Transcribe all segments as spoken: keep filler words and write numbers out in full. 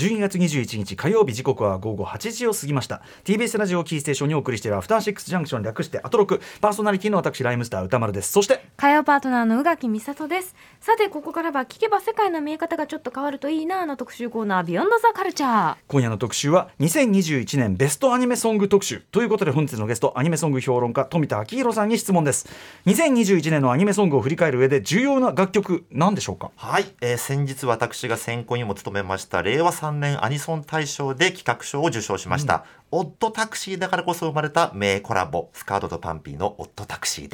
じゅうにがつにじゅういちにち火曜日、時刻は午後はちじを過ぎました。 ティービーエス ラジオキーステーションにお送りしているアフターシックスジャンクション、略してアトロク。パーソナリティの私ライムスター歌丸です。そして火曜パートナーの宇垣美里です。さてここからは聞けば世界の見え方がちょっと変わるといいなの特集コーナー、ビヨンドザカルチャー。 今夜の特集はにせんにじゅういちねんベストアニメソング特集ということで、本日のゲストアニメソング評論家富田明宏さんに質問です。にせんにじゅういちねんのアニメソングを振り返る上で重要な楽曲何でしょうか。 はい、えー、先日私が選考にも務めましたれいわさんねんアニソン大賞で企画賞を受賞しました、うん、オッドタクシーだからこそ生まれた名コラボ、スカートとパンピーのオッドタクシーです。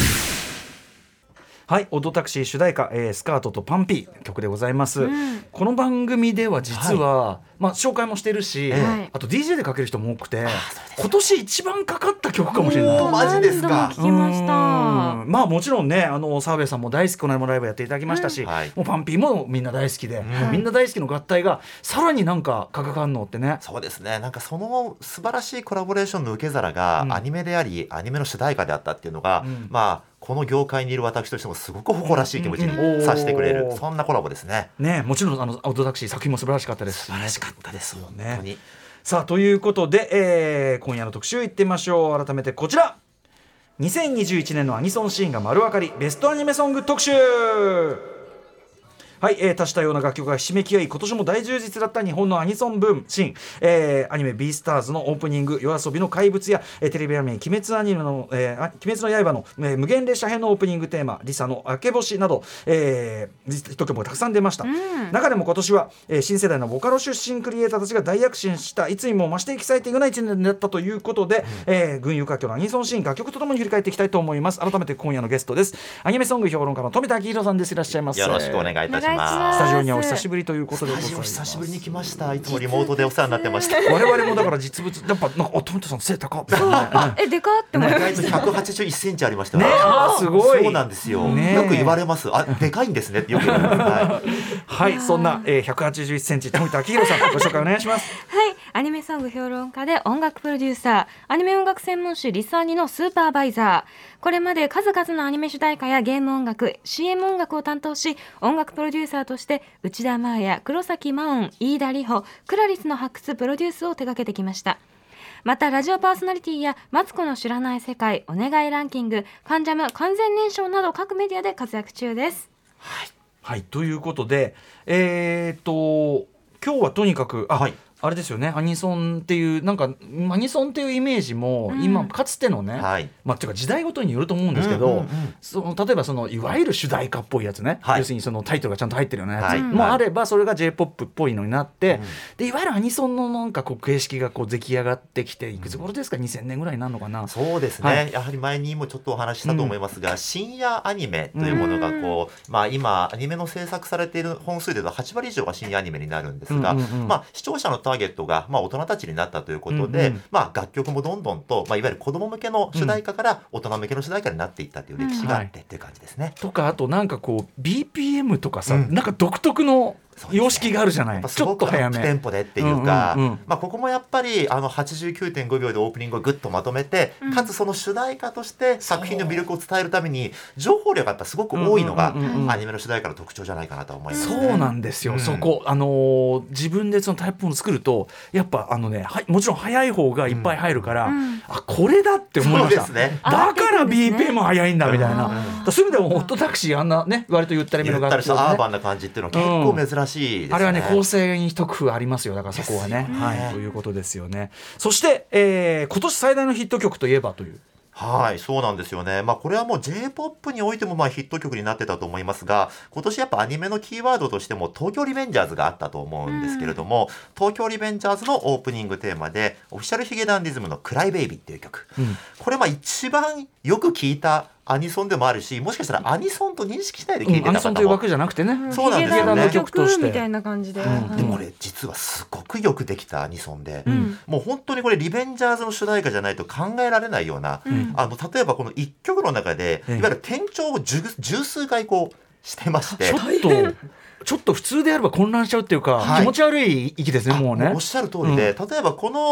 はい、オッドタクシー主題歌、えー、スカートとパンピー曲でございます、 うん、 この番組では実は、はい、まあ、紹介もしてるし、 はい、 あと ディージェー でかける人も多くて、今年一番かかった曲かもしれない。 マジですか。 何度も聞きました。 まあもちろんね、あの澤部さんも大好き、この間もライブやっていただきましたし、うん、はい、もうパンピーもみんな大好きで、うん、もうみんな大好きの合体がさらになんか化学反応ってね。 そうですね、なんかその素晴らしいコラボレーションの受け皿がアニメであり、うん、アニメの主題歌であったっていうのが、うん、まあこの業界にいる私としてもすごく誇らしい気持ちにさせてくれる、うんうん、そんなコラボですね。 ね、もちろんあのオッドタクシー作品も素晴らしかったですし、ね、 素晴らしかったですよね。本当に。 さあということで、えー、今夜の特集いってみましょう。改めてこちら、にせんにじゅういちねんのアニソンシーンが丸分かりベストアニメソング特集。はい、えー、多種多様な楽曲がひしめき合い、今年も大充実だった日本のアニソンブームシーン、えー、アニメ ビースターズのオープニング、夜遊びの怪物や、えー、テレビアニメ鬼滅アニメの、えー、鬼滅の刃の、えー、無限列車編のオープニングテーマ、リサの明け星など、えー、ヒット曲もたくさん出ました、うん、中でも今年は、えー、新世代のボカロ出身クリエイターたちが大躍進した、いつにも増してエキサイティングな一年だったということで、うん、えー、群雄割拠のアニソンシーン、楽曲とともに振り返っていきたいと思います。改めて今夜のゲストです。アニメソング評論家の富田明宏さんです。いらっしゃいます。 よろしくお願いいたします。 スタジオにお久しぶりということでございます。 久しぶりに来ました。いつもリモートでお世話になってました。 我々もだから実物やっぱなんかお富田さん背高っ、ね、 えでかって思いました。 ひゃくはちじゅういちセンチありましたね。あすごい。 そうなんですよ、ね、よく言われます。あでかいんですねってよく言われます。はい、 はい、そんな、えー、ひゃくはちじゅういちセンチ富田明宏さんご紹介お願いします。 はい、アニメソング評論家で音楽プロデューサー、アニメ音楽専門誌リサーニのスーパーバイザー。これまで数々のアニメ主題歌やゲーム音楽、 シーエム 音楽を担当し、音楽プロデューサーとして内田真彩、黒崎真音、飯田里穂、クラリスの発掘プロデュースを手掛けてきました。またラジオパーソナリティやマツコの知らない世界、お願いランキング、カンジャム完全燃焼など各メディアで活躍中です。 はい、はい、ということで、えー、っと今日はとにかくあ、はい、あれですよね、アニソンっていうなんかアニソンっていうイメージも、うん、今かつてのね、はい、まあていうか時代ごとによると思うんですけど、うんうんうん、その例えばそのいわゆる主題歌っぽいやつね、はい、要するにそのタイトルがちゃんと入ってるようなやつもあれば、それが J-ポップ っぽいのになって、うん、でいわゆるアニソンのなんかこう形式がこう出来上がってきて、いくつ頃ですか、にせんねんぐらいになるのかな。 そうですね、はい、やはり前にもちょっとお話ししたと思いますが、うん、深夜アニメというものがこう、うん、まあ、今アニメの制作されている本数でいうとはちわり以上が深夜アニメになるんですが、うんうんうん、まあ、視聴者のターゲットが、まあ、大人たちになったということで、うんうん、まあ、楽曲もどんどんと、まあ、いわゆる子ども向けの主題歌から大人向けの主題歌になっていったという歴史があってっていう感じですね、うんはい、 とかあとなんかこう ビーピーエム とかさ、うん、なんか独特の様式があるじゃない、ね、 ちょっと早めテンポでっていうか、うんうんうん、まあ、ここもやっぱりあの はちじゅうきゅうてんごびょうでオープニングをぐっとまとめて、うん、かつその主題歌として作品の魅力を伝えるために情報量がやっぱすごく多いのが、うんうんうんうん、アニメの主題歌の特徴じゃないかなと思いますね。 そうなんですよ、うん、そこ、あのー、自分でそのタイプを作るとやっぱあのね、はもちろん早い方がいっぱい入るから、うん、あこれだって思いました。そうですね、だから ビーピーエム も早いんだみたいな、うん、そういう意味でもホットタクシーあんなね割とゆったりめの楽曲、ね、 アーバンな感じっていうのは結構珍しいですね、うん、 あれはね構成に一工夫ありますよ。だからそこはね、はい、ということですよね。そして、えー、今年最大のヒット曲といえばという、 はい、そうなんですよね。まあ、これはもう J-ポップ においてもまあヒット曲になってたと思いますが、今年やっぱアニメのキーワードとしても東京リベンジャーズがあったと思うんですけれども、うん、東京リベンジャーズのオープニングテーマでオフィシャルヒゲダンディズムのクライベイビーっていう曲、うん、これまあ一番よく聞いたアニソンでもあるし、もしかしたらアニソンと認識しないで聞いてた方も、うん、アニソンという枠じゃなくてね、 うん、 そうなんですよね、 ヒゲダンの曲としてみたいな感じで、 うん、でもね実はすごくよくできたアニソンで、うん、もう本当にこれリベンジャーズの主題歌じゃないと考えられないような、うん、あの例えばこのいっきょくの中で、うん、いわゆる転調を十数回こうしてまして、 ちょっとちょっと普通であれば混乱しちゃうっていうか、はい、気持ち悪い息ですね。もうねおっしゃる通りで、うん、例えばこの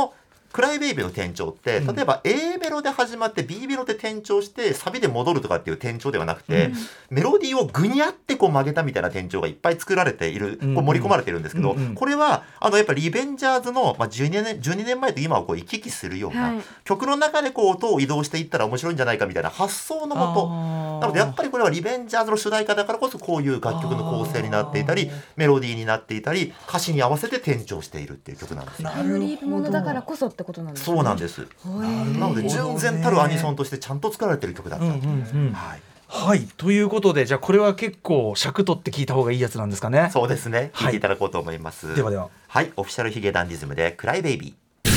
クライベイビーの転調って例えば A メロで始まって B メロで転調してサビで戻るとかっていう転調ではなくて、うん、メロディーをぐにゃってこう曲げたみたいな転調がいっぱい作られている、うん、こう盛り込まれているんですけど、うんうん、これはあのやっぱリベンジャーズの、まあ、じゅうにねん、じゅうにねんまえと今をこう行き来するような、はい、曲の中でこう音を移動していったら面白いんじゃないかみたいな発想のもとなので、やっぱりこれはリベンジャーズの主題歌だからこそこういう楽曲の構成になっていたりメロディーになっていたり歌詞に合わせて転調しているっていう曲なんですよ。 タイムリープものだからこそってことなんですね。 そうなんです。なので純然たるアニソンとしてちゃんと作られている曲だったと、うんうんうん、はいはい、ということでじゃあこれは結構尺取って聞いた方がいいやつなんですかね。 そうですね、聞いていただこうと思います、 はい、ではでははい、オフィシャルヒゲダンディズムでクライベイビー。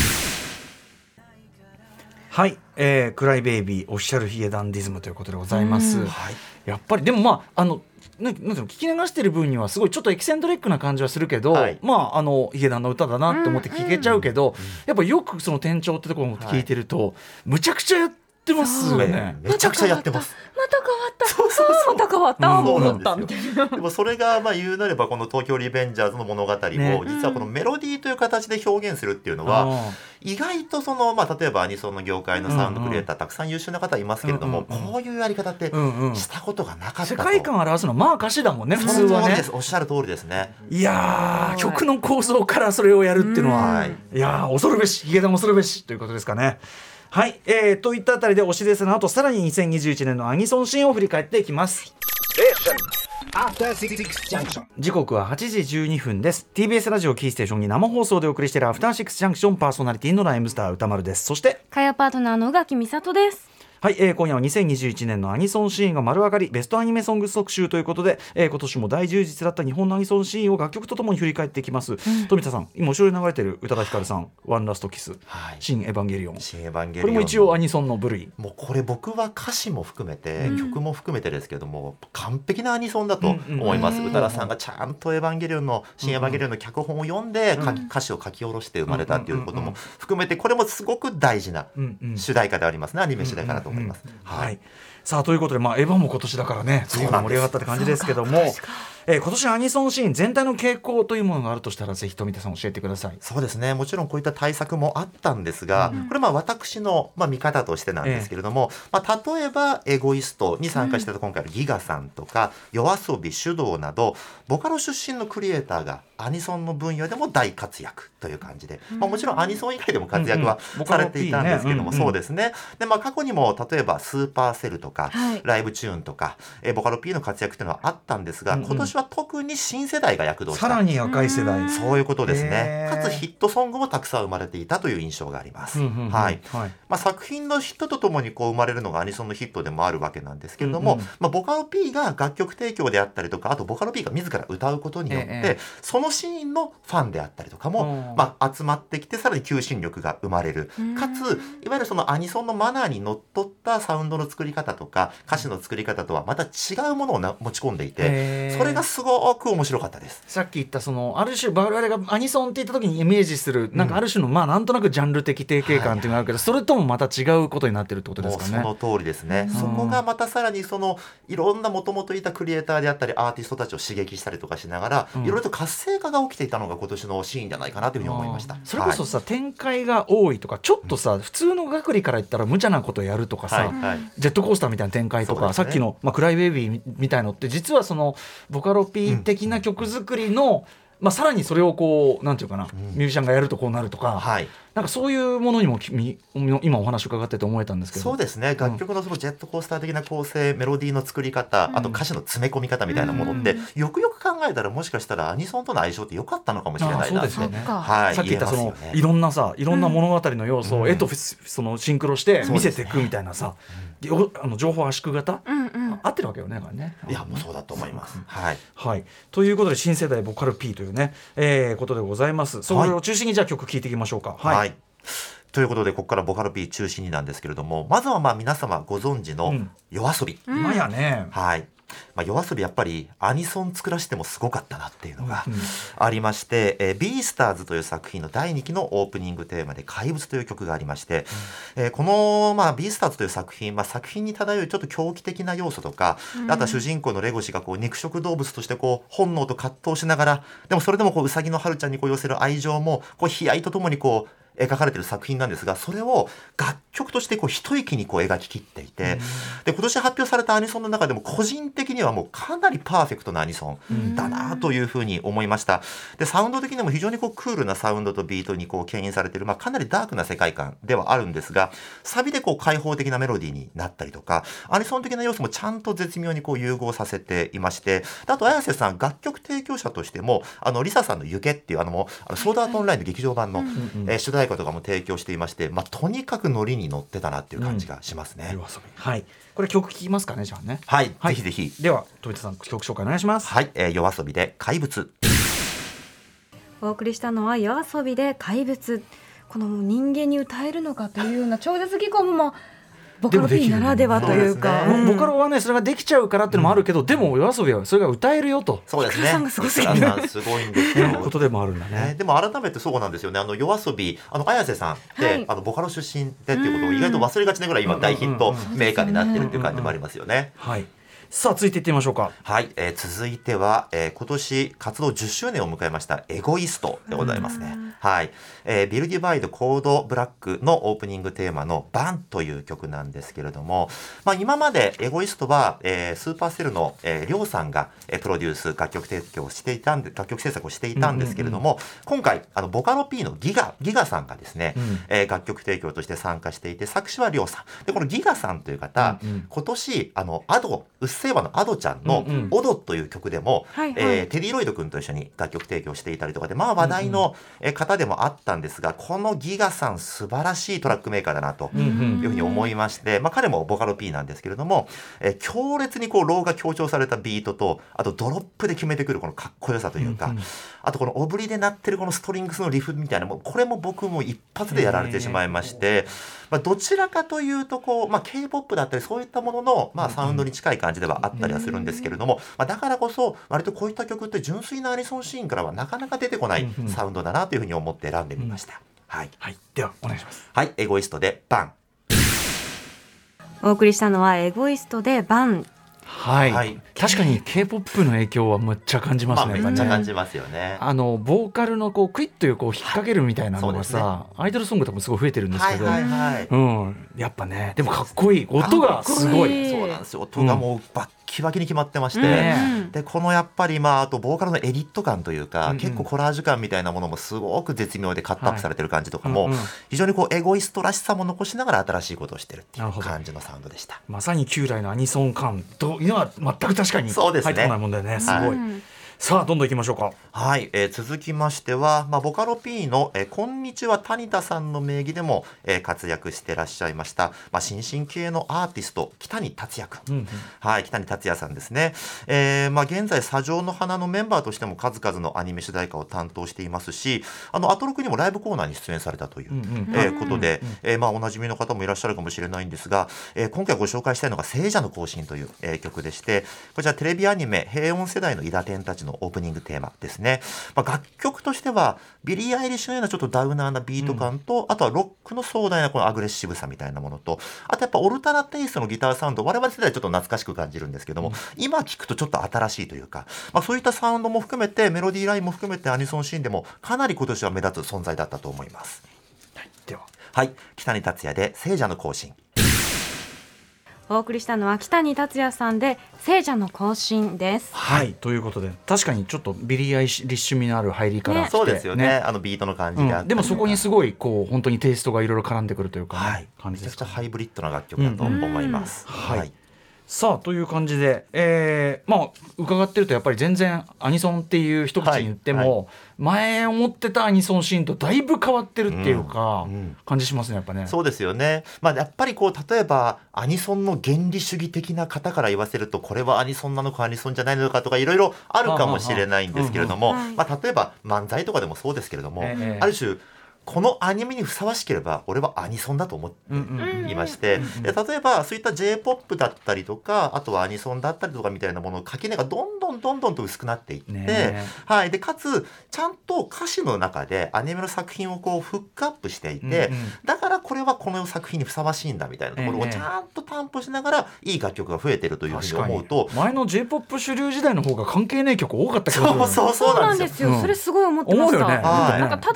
はい、えー、クライベイビーオフィシャルヒゲダンディズムということでございます、はい、やっぱりでもまああのなんていうの聞き流してる分にはすごいちょっとエキセントリックな感じはするけど、はい、まああのヒゲダンの歌だなって思って聞けちゃうけど、うんうん、やっぱよくその転調ってところも聞いてると、はい、むちゃくちゃやってやってますよね。 めちゃくちゃやってます。 また変わった。そうそうそう。また変わった。 うん、そうなんですよ。でもそれがまあ言うなればこの東京リベンジャーズの物語を、ね、実はこのメロディーという形で表現するっていうのは、うん、意外とそのまあ例えばアニソンの業界のサウンドクリエイター、うんうん、たくさん優秀な方いますけれども、うんうん、こういうやり方ってしたことがなかったと、うんうん、世界観を表すのはまあ歌詞だもんね普通はね。 おっしゃる通りですね。 いやー曲の構造からそれをやるっていうのは、はい、いやー恐るべしヒゲダン恐るべしということですかね。はい、えー、といったあたりで推しですの後さらににせんにじゅういちねんのアニソンシーンを振り返っていきます。時刻ははちじじゅうにふんです。 ティービーエス ラジオキーステーションに生放送でお送りしているアフターシックスジャンクション、パーソナリティのライムスター歌丸です。そして火曜パートナーの宇垣美里です。 はい、えー、今夜はにせんにじゅういちねんのアニソンシーンが丸分かりベストアニメソング特集ということで、えー、今年も大充実だった日本のアニソンシーンを楽曲とともに振り返っていきます、うん、富田さん今後ろに流れている宇多田ヒカルさんワンラストキス、はい、新エヴァンゲリオン、 新エヴァンゲリオンこれも一応アニソンの部類。 もうこれ僕は歌詞も含めて、うん、曲も含めてですけども完璧なアニソンだと思います、うんうん、宇多田さんがちゃんとエヴァンゲリオンの新エヴァンゲリオンの脚本を読んで、うん、歌詞を書き下ろして生まれたっていうことも含めてこれもすごく大事な主題歌でありますね、アニメ主題歌だと思います、うんうんうん、はい。 さあということで、まあ、エヴァも今年だからね随分盛り上がったって感じですけども、えー、今年アニソンシーン全体の傾向というものがあるとしたらぜひ富田さん教えてください。 そうですね、もちろんこういった対策もあったんですが、うん、これまあ私の、まあ、見方としてなんですけれども、えーまあ、例えばエゴイストに参加してた今回のギガさんとか、うん、夜遊び手動などボカロ出身のクリエイターがアニソンの分野でも大活躍という感じで、うんまあ、もちろんアニソン以外でも活躍はされていたんですけども、そうですね。で、まあ、過去にも例えばスーパーセルとか、はい、ライブチューンとか、えー、ボカロ P の活躍というのはあったんですが、うんうん、今年は特に新世代が躍動した、 さらに若い世代、 そういうことですね。かつヒットソングもたくさん生まれていたという印象があります、うんうんうん、はいはいまあ、作品のヒットとともにこう生まれるのがアニソンのヒットでもあるわけなんですけれども、うんうんまあ、ボカロ P が楽曲提供であったりとかあとボカロ P が自ら歌うことによって、ええ、そのシーンのファンであったりとかも、まあ、集まってきてさらに求心力が生まれる、かついわゆるそのアニソンのマナーにのっとったサウンドの作り方とか歌詞の作り方とはまた違うものをな持ち込んでいて、それがすごく面白かったです。 さっき言ったそのある種我々がアニソンって言った時にイメージするなんかある種の、うん、まあなんとなくジャンル的定型感っていうのがあるけど、はいはい、それともまた違うことになってるってことですかね。 もうその通りですね、うん、そこがまたさらにそのいろんなもともといたクリエイターであったりアーティストたちを刺激したりとかしながら、うん、いろいろと活性化が起きていたのが今年のシーンじゃないかなというふうに思いました。 それこそさ、はい、展開が多いとかちょっとさ、うん、普通の学理から言ったら無茶なことやるとかさ、はいはい、ジェットコースターみたいな展開とか、ね、さっきの、まあ、クライベイビーみたいのって実はそのボカロ P 的な曲作りの、うんまあ、さらにそれをこうなんていうかな、うん、ミュージシャンがやるとこうなるとか、はい、なんかそういうものにも今お話を伺ってて思えたんですけど。 そうですね、楽曲のそのジェットコースター的な構成、うん、メロディーの作り方、あと歌詞の詰め込み方みたいなものって、うん、よくよく考えたらもしかしたらアニソンとの相性って良かったのかもしれないなって、 そうですね、はい、さっき言ったその、ね、いろんなさいろんな物語の要素を絵とそのシンクロして見せていくみたいなさ、うん、あの情報圧縮型、うんうん、合ってるわけよね、これね。 いやもうそうだと思います、はいはい、ということで新世代ボカル P というね、えー、ことでございます。それを中心にじゃあ曲聴いていきましょうか。はい、はい、 ということでここからボカロ P 中心になんですけれども、まずはまあ皆様ご存知の夜遊び、 うん、今やね、 はいまあ、夜遊びやっぱりアニソン作らせてもすごかったなっていうのがありまして、うんえー、ビースターズという作品のだいにきのオープニングテーマで怪物という曲がありまして、うんえー、この、まあ、ビースターズという作品、まあ、作品に漂うちょっと狂気的な要素とか、うん、あとは主人公のレゴシがこう肉食動物としてこう本能と葛藤しながらでもそれでもこうウサギのハルちゃんにこう寄せる愛情もこう悲哀とともにこう描かれている作品なんですが、それを楽曲としてこう一息にこう描き切っていて、で今年発表されたアニソンの中でも個人的にはもうかなりパーフェクトなアニソンだなというふうに思いました。でサウンド的にも非常にこうクールなサウンドとビートにこう牽引されている、まあ、かなりダークな世界観ではあるんですが、サビでこう開放的なメロディーになったりとか、アニソン的な要素もちゃんと絶妙にこう融合させていまして、あと綾瀬さん楽曲提供者としてもあのリサさんの「ゆけ」っていうあのもうあのソードアートオンラインの劇場版の、えー、主題歌とかも提供していまして、まあ、とにかくノリに乗ってたなっていう感じがしますね。 うん、はい、これ曲聴きますかね、じゃあね。 はい、 はい、 ぜひぜひ。 では富田さん曲紹介お願いします。 はい、えー、夜遊びで怪物。 お送りしたのは夜遊びで怪物。この人間に歌えるのかというような超絶技巧もボカロ P ならではというか、 ね、うん、ボカロはねそれができちゃうからっていうのもあるけど、うん、でも夜遊びはそれが歌えるよと。 そうですね。 さんがすごすぎるすごいんですよ。 ことでもあるんだね。 でも改めてそうなんですよね。あの夜遊び、あの綾瀬さんって、はい、あのボカロ出身でっていうことを意外と忘れがちなぐらい今大ヒットメーカーになってるっていう感じもありますよね。 はい。さあ続いていってみましょうか。 はい、えー、続いては、えー、今年活動じゅっしゅうねんを迎えましたエゴイストでございますね。はい、えー、ビルディバイドコードブラックのオープニングテーマのバンという曲なんですけれども、まあ、今までエゴイストは、えー、スーパーセルの、えー、りょうさんが、えー、プロデュース楽曲提供をしていたんで楽曲制作をしていたんですけれども、うんうんうん、今回あのボカロ P のギガギガさんがですね、うん、えー、楽曲提供として参加していて、作詞はりょうさんで、このギガさんという方、うんうん、今年あのアドうっせぇわのアドちゃんの「オド」という曲でも、うんうん、えー、テディロイド君と一緒に楽曲提供していたりとかで、まあ話題の方でもあったんですが、このギガさん素晴らしいトラックメーカーだなというふうに思いまして、まあ、彼もボカロ P なんですけれども、えー、強烈にこうローが強調されたビートと、あとドロップで決めてくるこのかっこよさというか、うんうん、あとこのオブリで鳴ってるこのストリングスのリフみたいな、もうこれも僕も一発でやられてしまいまして、まあ、どちらかというとこう、まあ、K-ポップ だったりそういったものの、まあ、サウンドに近い感じではあったりはするんですけれども、まあ、だからこそ割とこういった曲って純粋なアニソンシーンからはなかなか出てこないサウンドだなというふうに思って選んでみました。はい、 はい、ではお願いします。 はい、エゴイストでバン。 お送りしたのはエゴイストでバン。 はい、はい、確かに K-ポップ の影響はむっちゃ感じますね。 まあ、めっちゃ感じますよね。 あのボーカルのこうクイッというこう引っ掛けるみたいなのがさ、ね、アイドルソングとかもすごい増えてるんですけど、はいはいはい、うん、やっぱね、でもかっこいい、音がすごい。 そうなんですよ、音がもうバッキバキに決まってまして、うん、でこのやっぱりまああとボーカルのエディット感というか、うんうん、結構コラージュ感みたいなものもすごく絶妙でカットアップされてる感じとかも、はい、うんうん、非常にこうエゴイストらしさも残しながら新しいことをしてるっていう感じのサウンドでした。 まさに旧来のアニソン感というのは全く確かに入ってこないもんだよね。すごい、はい、さあどんどんいきましょうか。 はい、えー、続きましては、まあ、ボカロ P の、えー、こんにちはタニタさんの名義でも、えー、活躍してらっしゃいました、まあ、新進系のアーティスト北谷達也君、うんうん、はい、北谷達也さんですね。えーまあ、現在砂上の花のメンバーとしても数々のアニメ主題歌を担当していますし、あのアトロクにもライブコーナーに出演されたという、うんうん、えー、ことで、うんうん、えーまあ、おなじみの方もいらっしゃるかもしれないんですが、えー、今回ご紹介したいのが聖者の行進という、えー、曲でして、こちらテレビアニメ平穏世代のイダテンたちのオープニングテーマですね。まあ、楽曲としてはビリー・アイリッシュのようなちょっとダウナーなビート感と、うん、あとはロックの壮大なこのアグレッシブさみたいなものと、あとやっぱオルタナテイストのギターサウンド、我々世代ちょっと懐かしく感じるんですけども、うん、今聞くとちょっと新しいというか、まあ、そういったサウンドも含めてメロディーラインも含めてアニソンシーンでもかなり今年は目立つ存在だったと思います。 はい、では、 はい、北谷達也で聖者の行進。 お送りしたのは北谷達也さんで聖者の行進です。 はい、ということで確かにちょっとビリー・アイリッシュ味のある入りから来て、ね、 そうですよね、あのビートの感じが、 うん、でもそこにすごいこう本当にテイストがいろいろ絡んでくるというか、ね、はい、感じですか。 めちゃくちゃハイブリッドな楽曲だと思います。 うんうん、はい、はい、さあという感じで、えー、まあ伺ってるとやっぱり全然アニソンっていう一口に言っても、はいはい、前思ってたアニソンシーンとだいぶ変わってるっていうか、うんうん、感じしますね、やっぱね。 そうですよね、まあ、やっぱりこう例えばアニソンの原理主義的な方から言わせると、これはアニソンなのかアニソンじゃないのかとかいろいろあるかもしれないんですけれども、まあ、例えば漫才とかでもそうですけれども、えー、ある種このアニメにふさわしければ俺はアニソンだと思っていまして、で例えばそういった J-ポップ だったりとか、あとはアニソンだったりとかみたいなものの垣根がどんどんどんどんと薄くなっていって、ね、はい、でかつちゃんと歌詞の中でアニメの作品をこうフックアップしていて、うんうん、だからこれはこの作品にふさわしいんだみたいなところをちゃんと担保しながらいい楽曲が増えてるというふうに思うと、 前の J-ポップ 主流時代の方が関係ない曲多かったけど、 そうそうそうなんですよ。 それすごい思ってました。 思うよね。 なんかただ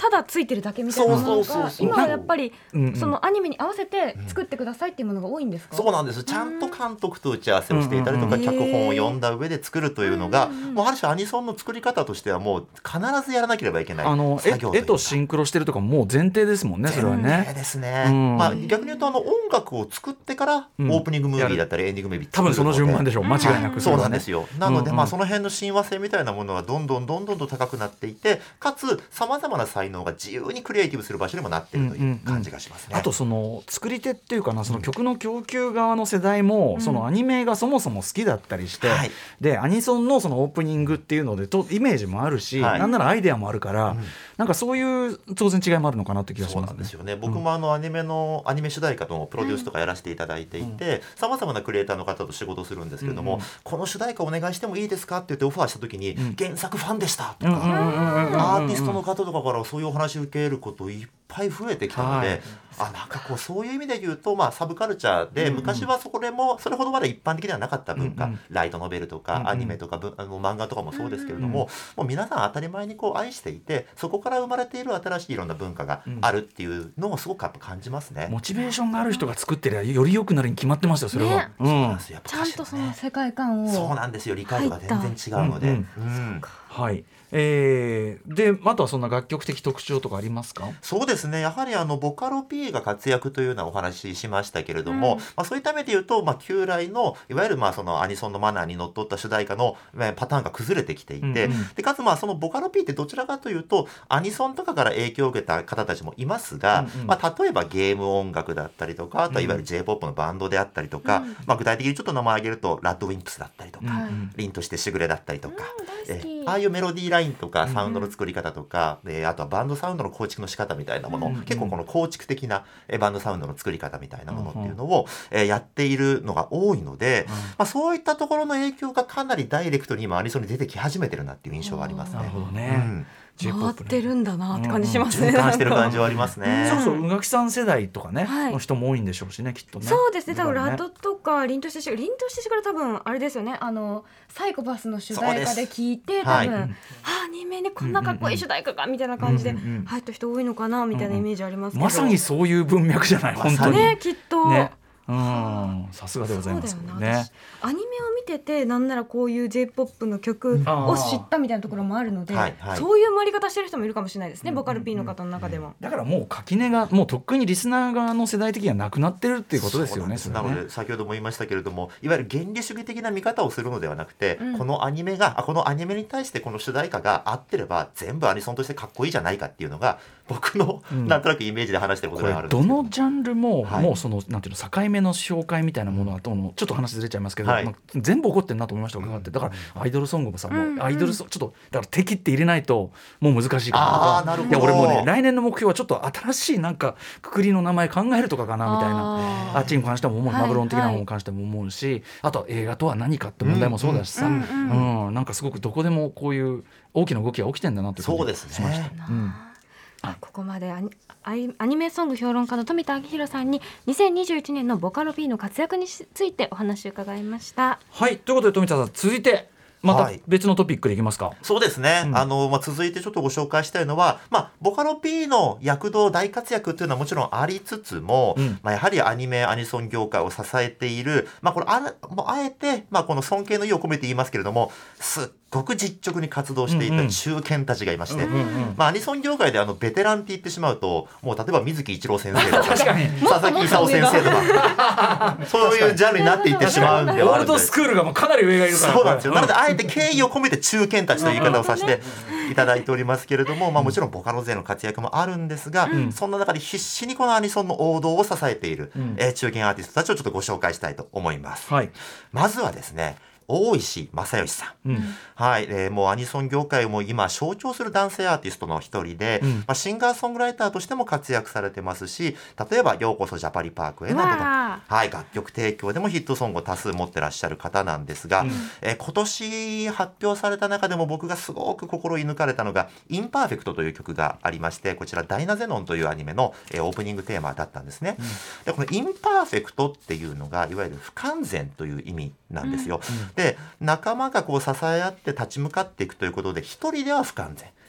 ただついてるだけみたいなものが今はやっぱりうんうんそのアニメに合わせて作ってくださいっていうものが多いんですか？ そうなんです。ちゃんと監督と打ち合わせをしていたりとか、 うん脚本を読んだ上で作るというのが、 うんうんもうある種アニソンの作り方としてはもう必ずやらなければいけないあの作業というか絵絵とシンクロしてるとかもう前提ですもんね、それは前ね提ですね、 うんまあ、逆に言うとあの音楽を作ってからオうんープニングムービーだったりエンディングムービー多分その順番でししょう、間違いなく。 そうなんですよ。なので、 うんうんまあ、その辺の親和性みたいなものがどんどんどんどんと高くなっていて、かつさまざまな才能が自由にクリエイティブする場所にもなっているという感じがしますね。 あとその作り手っていうかな、その曲の供給側の世代も、そのアニメがそもそも好きだったりして、 はいでアニソンのそのオープニングっていうのでとイメージもあるし、 はいなんならアイデアもあるから、 うんなんかそういう当然違いもあるのかなって気がしそうますね。 なんですよね。僕もあのアニメのアニメ主題歌のプロデュースとかやらせていただいていて、さまざまなクリエイターの方と仕事をするんですけれども、 うんうんこの主題歌お願いしてもいいですかって言ってオファーした時に、 ん原作ファンでしたとうんうんか、 うんうんうんうんアーティストの方とかからそういうお話を受けることいっぱい増えてきたので、 はいあなんかこうそういう意味で言うと、まあ、サブカルチャーで、 うんうん昔はそこでもそれほどまだ一般的ではなかった文化、 うんうんライトノベルとか、 うんうんアニメとかぶあの漫画とかもそうですけれども、 うんうんもう皆さん当たり前にこう愛していて、そこから生まれている新しいいろんな文化があるっていうのをすごくやっぱ感じますね。 モチベーションがある人が作ってりゃより良くなるに決まってますよ、それは。 ねうんそうなんですよ。やっぱちゃんとその歌詞のね世界観をそうなんですよ。理解度が全然違うので、 入っうんはいえー、であとはそんな楽曲的特徴とかありますか？ そうですね。やはりあのボカロ P が活躍というようなお話ししましたけれども、 うんまあ、そういった意味で言うと、まあ、旧来のいわゆるまあそのアニソンのマナーにのっとった主題歌のまあパターンが崩れてきていて、 うんうんでかつまあそのボカロ P ってどちらかというとアニソンとかから影響を受けた方たちもいますが、 うんうんまあ、例えばゲーム音楽だったりとか、あとはいわゆる J-ポップ のバンドであったりとか、 うんまあ、具体的にちょっと名前挙げるとラッドウィンプスだったりとか、 はい凛としてしぐれだったりとか、 うん大好きえああいうメロディーラインとかサウンドの作り方とか、であとはバンドサウンドの構築の仕方みたいなもの、 うん結構この構築的なえバンドサウンドの作り方みたいなものっていうのを、えやっているのが多いので、 うんまあ、そういったところの影響がかなりダイレクトに今アニソンに出てき始めてるなっていう印象がありますね。 なるほどね、 うん J-ポップね回ってるんだなって感じしますね。 循環してる感じははありますね。 そろそろ宇垣さん世代とかね、 はいの人も多いんでしょうしね、きっとね。 そうですね、多分ラッねドとか凛としてしぐれ、凛としてしぐれ多分あれですよね、あのサイコパスの主題歌で聞いて、 はい多分、はあアニメにこんなかっこいい主題歌かみたいな感じでうんうんうん入った人多いのかなみたいなイメージありますけど、 まさにそういう文脈じゃない、本当に。 ね、きっと、 ねうんさすがでございますそうだよな、 ね。 私アニメを見ててなんならこういう J-ポップ の曲を知ったみたいなところもあるので、 はいはいそういう回り方してる人もいるかもしれないですね、ボカル P の方の中でも。 だからもう垣根がもうとっくにリスナー側の世代的にはなくなってるっていうことですよね。 そうなんです。なので先ほども言いましたけれども、いわゆる原理主義的な見方をするのではなくて、 うんこのアニメがあこのアニメに対してこの主題歌が合ってれば全部アニソンとしてかっこいいじゃないかっていうのが僕の、 うんなんとなくイメージで話してることこれがあるんですけど。 どのジャンルも、 はいもうそのなんていうの境目の紹介みたいなものはとのちょっと話ずれちゃいますけど、 はいまあ全部起こってんなと思いました伺って。だからアイドルソングもさ、 うんうんもうアイドルソちょっとだから敵って入れないともう難しいかあーなるほどなとか。いや俺もね来年の目標はちょっと新しいなんかくくりの名前考えるとかかなみたいな。 あーあっちに関しても思う、 はいマグロン的なものに関しても思うし、あとは映画とは何かって問題もそうだしさ、 ううんんうんなんかすごくどこでもこういう大きな動きが起きてんだなという感じそうですねしました。うんあここまでアニアイアニメソング評論家の富田明宏さんににせんにじゅういちねんのボカロ P の活躍についてお話を伺いました。 はいということで富田さん続いてまたはい別のトピックでいきますか。 そうですね、 うんあのまあ、続いてちょっとご紹介したいのは、まあ、ボカロ P の躍動大活躍というのはもちろんありつつも、 うんまあ、やはりアニメアニソン業界を支えている、まあ、これあらもうあえて、まあ、この尊敬の意を込めて言いますけれども、すっごく実直に活動していた中堅たちがいまして、 うんうんうんまあ、アニソン業界であのベテランって言ってしまうと、もう例えば水木一郎先生とか確かに佐々木功先生とかそういうジャンルになっていってしまうんでオールドはあるんですスクールがもうかなり上がいるから。 そうなんですよ。なので、 うんあえて敬意を込めて中堅たちという言い方をさせていただいておりますけれども、まあもちろんボカロ勢の活躍もあるんですが、 んそんな中で必死にこのアニソンの王道を支えている、 うんえー中堅アーティストたちをちょっとご紹介したいと思います。 はい。 まずはですね、大石正義さん。 うんはい、えーもうアニソン業界をもう今象徴する男性アーティストの一人で、 うんまあ、シンガーソングライターとしても活躍されてますし、例えば「ようこそジャパリパークへ」などの、 わはい、楽曲提供でもヒットソングを多数持ってらっしゃる方なんですが、 うんえー今年発表された中でも僕がすごく心射抜かれたのが「インパーフェクト」という曲がありまして、こちら「ダイナゼノン」というアニメの、えーオープニングテーマだったんですね。でこの「インパーフェクト」っていうのがいわゆる不完全という意味なんですよ。で仲間がこう支え合って立ち向かっていくということで、一人では不完全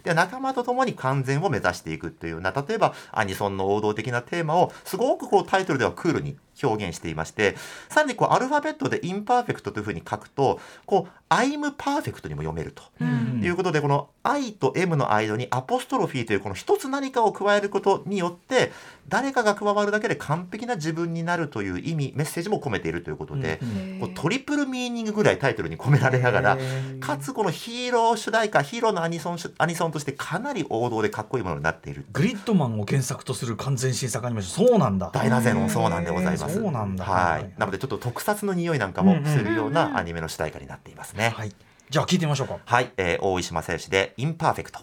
で仲間と共に完全を目指していくというような、例えばアニソンの王道的なテーマをすごくこうタイトルではクールに表現していまして、さらにこうアルファベットでインパーフェクトというふうに書くとこうアイムパーフェクトにも読めるということで、この I と M の間にアポストロフィーというこの一つ何かを加えることによって誰かが加わるだけで完璧な自分になるという意味メッセージも込めているということで、こうトリプルミーニングぐらいタイトルに込められながら、かつこのヒーロー主題歌ヒーローのアニソンアニソンとしてかなり王道でかっこいいものになっている。 グリッドマンを原作とする完全新作アニメーション、そうなんだ。 ダイナゼノンそうなんでございます。 そうなんだ、 はい、なのでちょっと特撮の匂いなんかもするようなアニメの主題歌になっていますね。 はい、じゃあ聞いてみましょうか。 はい、えー、大石正義でインパーフェクト。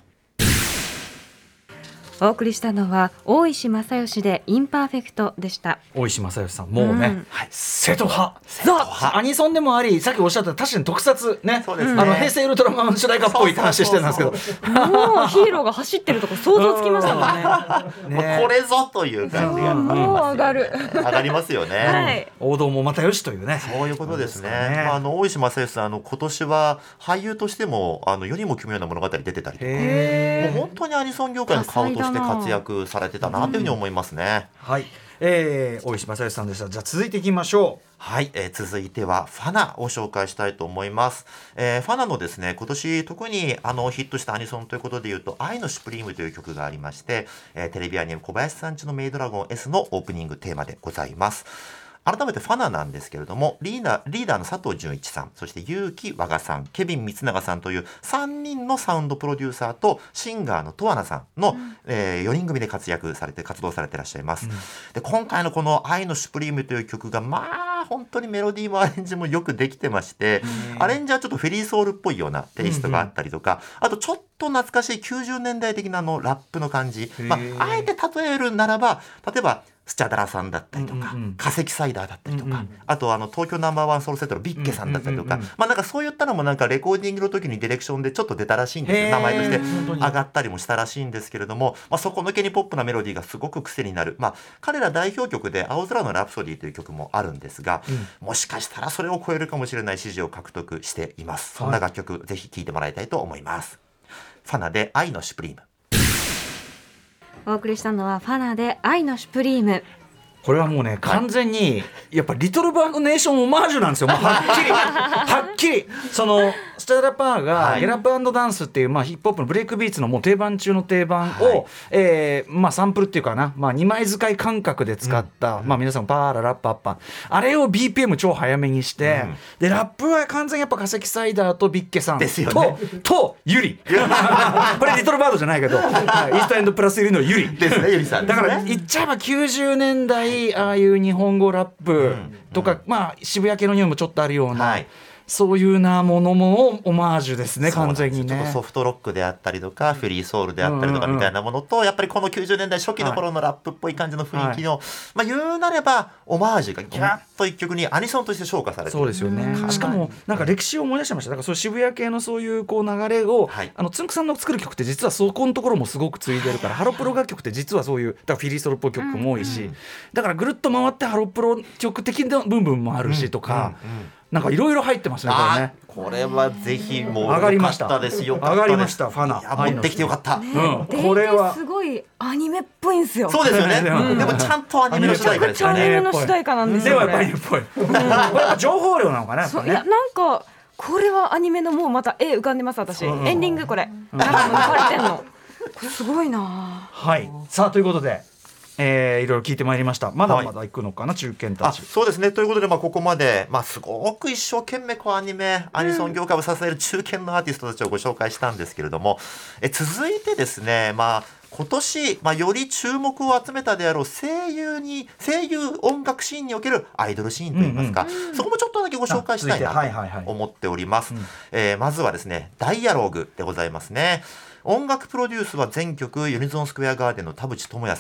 お送りしたのは大石正義でインパーフェクトでした。 大石正義さんもうね、 うんはい、瀬戸派瀬戸派アニソンでもあり、さっきおっしゃった確かに特撮ね、 そうですね、 あの平成ウルトラマン主題歌っぽいって話してたんですけど、 もうヒーローが走ってるとこ想像つきましたもんね。 もうこれぞという感じがもう上がる上がりますよね。 はい、 王道もまたよしというね、 そういうことですね。 そうですかね。 まあ、あの大石正義さん、あの今年は俳優としてもあの世にも奇妙な物語出てたりとか、 へもう本当にアニソン業界の顔として活躍されてたなというふうに思いますね。 はい、えー、大石正義さんでした。じゃあ続いていきましょう。 はい、えー、続いてはファナを紹介したいと思います。えー、ファナのですね、今年特にあのヒットしたアニソンということでいうと愛のシュプリームという曲がありまして、えー、テレビアニメ小林さんちのメイドラゴン S のオープニングテーマでございます。改めてファナなんですけれども、リーダー、リーダーの佐藤純一さん、そして結城和賀さん、ケビン光永さんというさんにんのサウンドプロデューサーとシンガーの十和名さんの、うんえー、よにん組で活躍されて活動されていらっしゃいます、うん、で今回のこの愛のシュプリームという曲がまあ本当にメロディーもアレンジもよくできてまして、アレンジはちょっとフェリーソウルっぽいようなテイストがあったりとか、うんうん、あとちょっと懐かしいきゅうじゅうねんだい的なあのラップの感じ、まあ、あえて例えるならば例えばスチャダラさんだったりとか、うんうん、化石サイダーだったりとか、うんうん、あとあの東京ナンバーワンソウルセットのビッケさんだったりとか、うんうんうんうん、まあなんかそういったのもなんかレコーディングの時にディレクションでちょっと出たらしいんですよ。名前として上がったりもしたらしいんですけれども、まあ、そこ抜けにポップなメロディーがすごく癖になる、まあ、彼ら代表曲で青空のラプソディという曲もあるんですが、うん、もしかしたらそれを超えるかもしれない支持を獲得しています。そんな楽曲、はい、ぜひ聴いてもらいたいと思います。ファナで愛のシュプリーム。 お送りしたのはファナで愛のシュプリーム。 これはもうね完全にやっぱリトルバーグネーションオマージュなんですよ。もうはっきりはっきりそのスチャダラパーがゲラップ&ダンスっていう、まあ、ヒップホップのブレイクビーツのもう定番中の定番を、はいえーまあ、サンプルっていうかな、まあ、にまい使い感覚で使った、うんまあ、皆さんパーララッパッパあれを ビーピーエム 超早めにして、うん、でラップは完全にやっぱ化石サイダーとビッケさんですよ、ね、 と, とユリこれリトルバードじゃないけど、はい、イーストエンドプラスユリのユリですね、ユリさんですね。 だから言っちゃえばきゅうじゅうねんだいああいう日本語ラップとか、うんうんまあ、渋谷系の匂いもちょっとあるような、はいそういうなものもオマージュですね。完全にね。 ちょっとソフトロックであったりとかフリーソウルであったりとかみたいなものと、うんうんうん、やっぱりこのきゅうじゅうねんだい初期の頃のラップっぽい感じの雰囲気の、はいまあ、言うなればオマージュがギャッと一曲にアニソンとして昇華されてる。 そうですよね。しかもなんか歴史を思い出してました。だからそういう渋谷系のそういうこう流れを、はい、あのつんくさんの作る曲って実はそこのところもすごく継いでるから、ハロプロ楽曲って実はそういうだからフィリーソウルっぽい曲も多いし、うんうん、だからぐるっと回ってハロプロ曲的な部分もあるしとか、うんうんうんなんかいろいろ入ってますね。これね。 これはぜひもう上がりました。 よかったですよ。上がりました。ファナ。 持ってきてよかった。 ねうん、これはすごいアニメっぽいんですよ。 そうですよね。うん、でもちゃんとアニメの主題歌ですよね。 アニメの主題歌なんですよね。 ではやっぱりっぽい。これは情報量なのかな。 そういやなんかこれはアニメのもうまた絵浮かんでます私。エンディングこれ。なんか抜かれてんの。これすごいな。 はい。さあということで。えー、いろいろ聞いてまいりました。まだまだ行くのかな、はい、中堅たち。 あそうですね。ということで、まあ、ここまで、まあ、すごく一生懸命こうアニメアニソン業界を支える中堅のアーティストたちをご紹介したんですけれども、え続いてですね、まあ、今年、まあ、より注目を集めたであろう声優に声優音楽シーンにおけるアイドルシーンといいますか、うんうん、そこもちょっとだけご紹介したいなと思っております。まずはですねダイアローグでございますね。音楽プロデュースは全曲ユニゾンスクエアガーデンの田淵智也さんが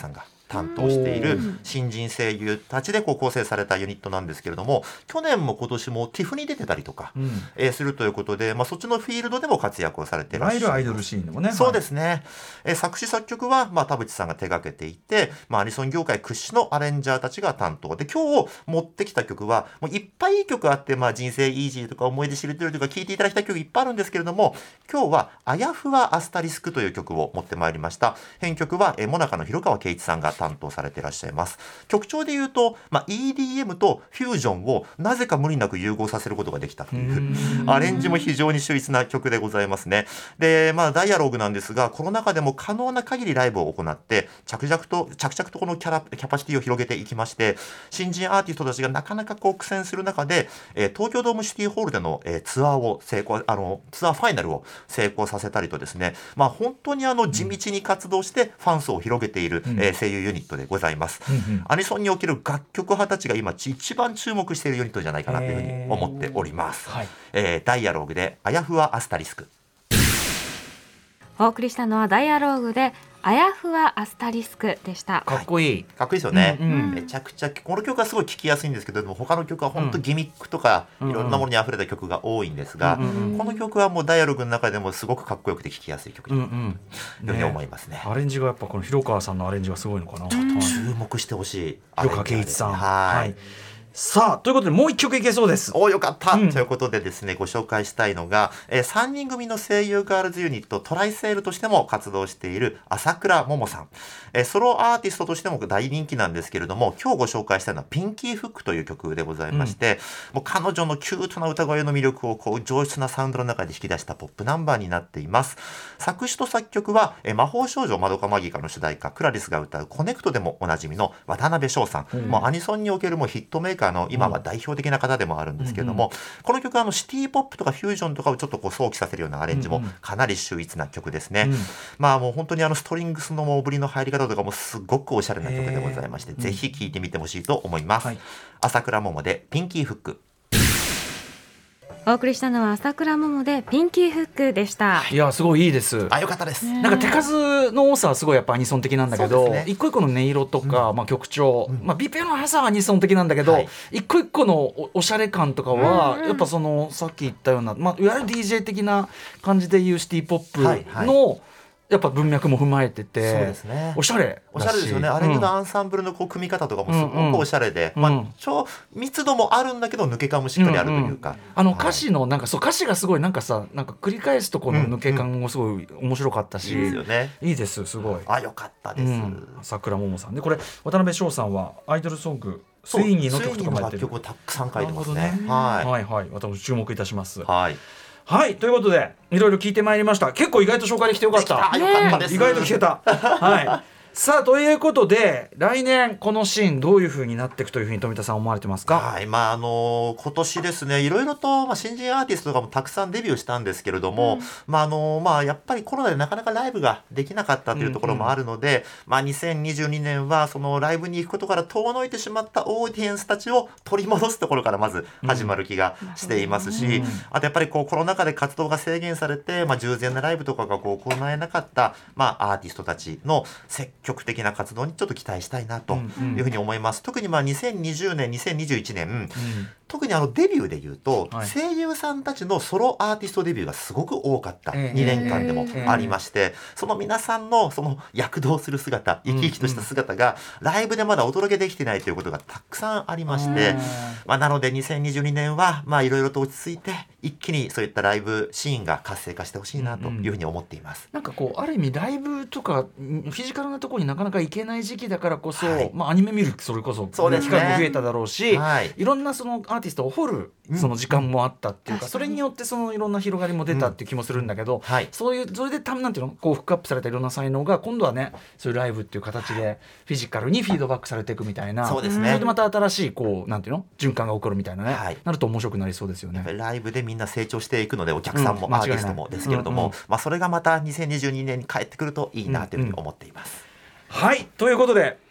担当している新人声優たちでこう構成されたユニットなんですけれども、去年も今年もティフに出てたりとか、うんえー、するということで、まあ、そっちのフィールドでも活躍をされていらっしゃる。 いわゆるアイドルシーンでもね。 そうですね、はいえー、作詞作曲は、まあ、田淵さんが手掛けていて、まあ、アニソン業界屈指のアレンジャーたちが担当で、今日持ってきた曲はもういっぱいいい曲あって、まあ、人生イージーとか思い出知れてるとか聴いていただきたい曲いっぱいあるんですけれども、今日はあやふわアスタリスクという曲を持ってまいりました。編曲は、えー、モナカの広川圭一さんが担当されていらっしゃいます。曲調で言うと、まあ、イーディーエム とフュージョンをなぜか無理なく融合させることができたというアレンジも非常に秀逸な曲でございますね。で、まあ、ダイアログなんですが、コロナ禍でも可能な限りライブを行って着々と着々とこのキャラキャパシティを広げていきまして、新人アーティストたちがなかなかこう苦戦する中で、えー、東京ドームシティホールでの、えー、ツアーを成功あのツアーファイナルを成功させたりとですね、まあ、本当にあの地道に活動してファン層を広げている、うんえー、声優ユニットでございます、うんうん、アニソンにおける楽曲派たちが今一番注目しているユニットじゃないかなというふうに思っております、はいえー、ダイアログであやふわアスタリスク。 お送りしたのはダイアログであやふわアスタリスクでした。 かっこいい、 はい、かっこいいですよね、 うんうん、 めちゃくちゃこの曲はすごい聴きやすいんですけど、でも他の曲は本当ギミックとか、うん、いろんなものにあふれた曲が多いんですが、うんうん、この曲はもうダイアログの中でもすごくかっこよくて聴きやすい曲だというふうに思いますね、ねアレンジがやっぱこの広川さんのアレンジがすごいのかな。 ちょっと注目してほしい広川圭一さん、 はい、はいさあということでもう一曲いけそうです。 およかった、うん、ということでですねご紹介したいのが、えー、さんにん組の声優ガールズユニットトライセールとしても活動している朝倉桃さん、えー、ソロアーティストとしても大人気なんですけれども、今日ご紹介したいのはピンキーフックという曲でございまして、うん、もう彼女のキュートな歌声の魅力をこう上質なサウンドの中で引き出したポップナンバーになっています。作詞と作曲は、えー、魔法少女まどかマギカの主題歌クラリスが歌うコネクトでもおなじみの渡辺翔さん、うん、もうアニソンにおけるもうヒットメーカーの今は代表的な方でもあるんですけれども、うんうん、この曲はあのシティポップとかフュージョンとかをちょっとこう想起させるようなアレンジもかなり秀逸な曲ですね、うんうん、まあもう本当にあのストリングスの大振りの入り方とかもすごくおしゃれな曲でございまして、ぜひ聴いてみてほしいと思います、はい、朝倉桃でピンキーフック。 お送りしたのは朝倉桃でピンキーフックでした。 いやすごいいいです。 あよかったです。 なんか手数の多さはすごいやっぱアニソン的なんだけど、ね、一個一個の音色とか、うんまあ、曲調、うんまあ、ビペの速さはアニソン的なんだけど、はい、一個一個の お, おしゃれ感とかは、うんうん、やっぱそのさっき言ったような、まあ、いわゆる ディージェー 的な感じでいうシティポップの、はいはいやっぱ文脈も踏まえてて、そうですね、おしゃれおしゃれですよね。アレンジのアンサンブルのこう組み方とかもすごくおしゃれで、うんうんまあ、超密度もあるんだけど抜け感もしっかりあるというか、うんうん、 あの歌詞のなんかそう歌詞がすごいなんかさなんか繰り返すとこの抜け感もすごい面白かったし、 うんうん、いいですよね。 いいですすごい。 あよかったです、うん、 桜桃さんでこれ渡辺翔さんはアイドルソングスインギーの曲とかもやってる。 スインギーの楽曲をたくさん書いてますね。 ねはい、はいはい私注目いたします。 はいはいということでいろいろ聞いてまいりました。結構意外と紹介できてよかった。 よかったです。 意外と聞けたはいさあということで来年このシーンどういう風になっていくというふうに富田さん思われてますか。 はいまああのー、今年ですねいろいろと、まあ、新人アーティストとかもたくさんデビューしたんですけれども、うんまああのーまあ、やっぱりコロナでなかなかライブができなかったというところもあるので、うんうんまあ、にせんにじゅうにねんはそのライブに行くことから遠のいてしまったオーディエンスたちを取り戻すところからまず始まる気がしていますし、うん、あとやっぱりこうコロナ禍で活動が制限されて、まあ、従前なライブとかがこう行えなかった、まあ、アーティストたちの積極的な活動にちょっと期待したいなというふうに思います、うんうん、特にまあにせんにじゅうねんにせんにじゅういちねん、うん、特にあのデビューでいうと、はい、声優さんたちのソロアーティストデビューがすごく多かったにねんかんでもありまして、えーえー、その皆さんのその躍動する姿生き生きとした姿がライブでまだお届けできてないということがたくさんありまして、まあ、なのでにせんにじゅうにねんはいろいろと落ち着いて一気にそういったライブシーンが活性化してほしいなというふうに思っています、 うんうん、なんかこうある意味ライブとかフィジカルなところになかなか行けない時期だからこそ、はいまあ、アニメ見るそれこそ機会も増えただろうし、はい、いろんなそのアーティストを掘るその時間もあったっていうか、うん、それによってそのいろんな広がりも出たっていう気もするんだけど、うんはい、そういうそれでたなんていうのこうフックアップされたいろんな才能が今度はねそういうライブっていう形でフィジカルにフィードバックされていくみたいな、 そうですね、 それでまた新しいこうなんていうの循環が起こるみたいなね、はい、なると面白くなりそうですよね。 やっぱりライブでみんな成長していくのでお客さんもアーティストもですけれども、うんうんまあ、それがまたにせんにじゅうにねんに帰ってくるといいなというふうに思っています、 うんうん、はいということで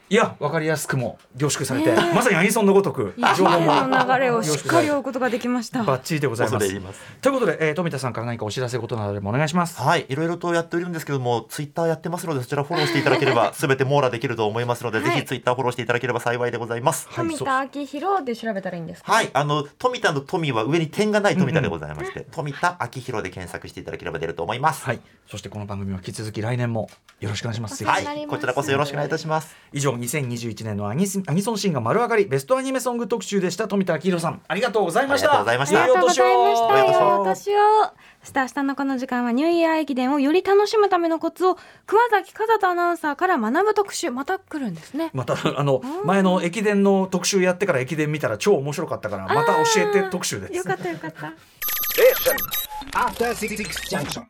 いや分かりやすくも凝縮されて、まさにアニソンのごとく情報もの流れをしっかり追うことができました。 バッチリでございます。 恐れ入ります。 ということで、えー、富田さんから何かお知らせことなどでもお願いします。 はい、いろいろとやっているんですけども、ツイッターやってますので、そちらフォローしていただければすべて網羅できると思いますので、はい、ぜひツイッターフォローしていただければ幸いでございます。 富田明宏で調べたらいいんですか。 はい、あの富田の富は上に点がない富田でございまして、うんうん、富田明宏で検索していただければ出ると思います。 はい、そしてこの番組は引き続き来年もよろしくお願いします。 はい、こちらこそよろしくお願いいたします。 以上にせんにじゅういちねんのアニアニソンシーンが丸上がりベストアニメソング特集でした。富田明宏さんありがとうございました。 ありがとうございました。 ありがとうございました。 良いお年を。 良いお年を。そして明日のこの時間はニューイヤー駅伝をより楽しむためのコツを熊崎和人アナウンサーから学ぶ特集、また来るんですね。 またあの前の駅伝の特集やってから駅伝見たら超面白かったからまた教えて特集です。 よかったよかった。 After Six Junction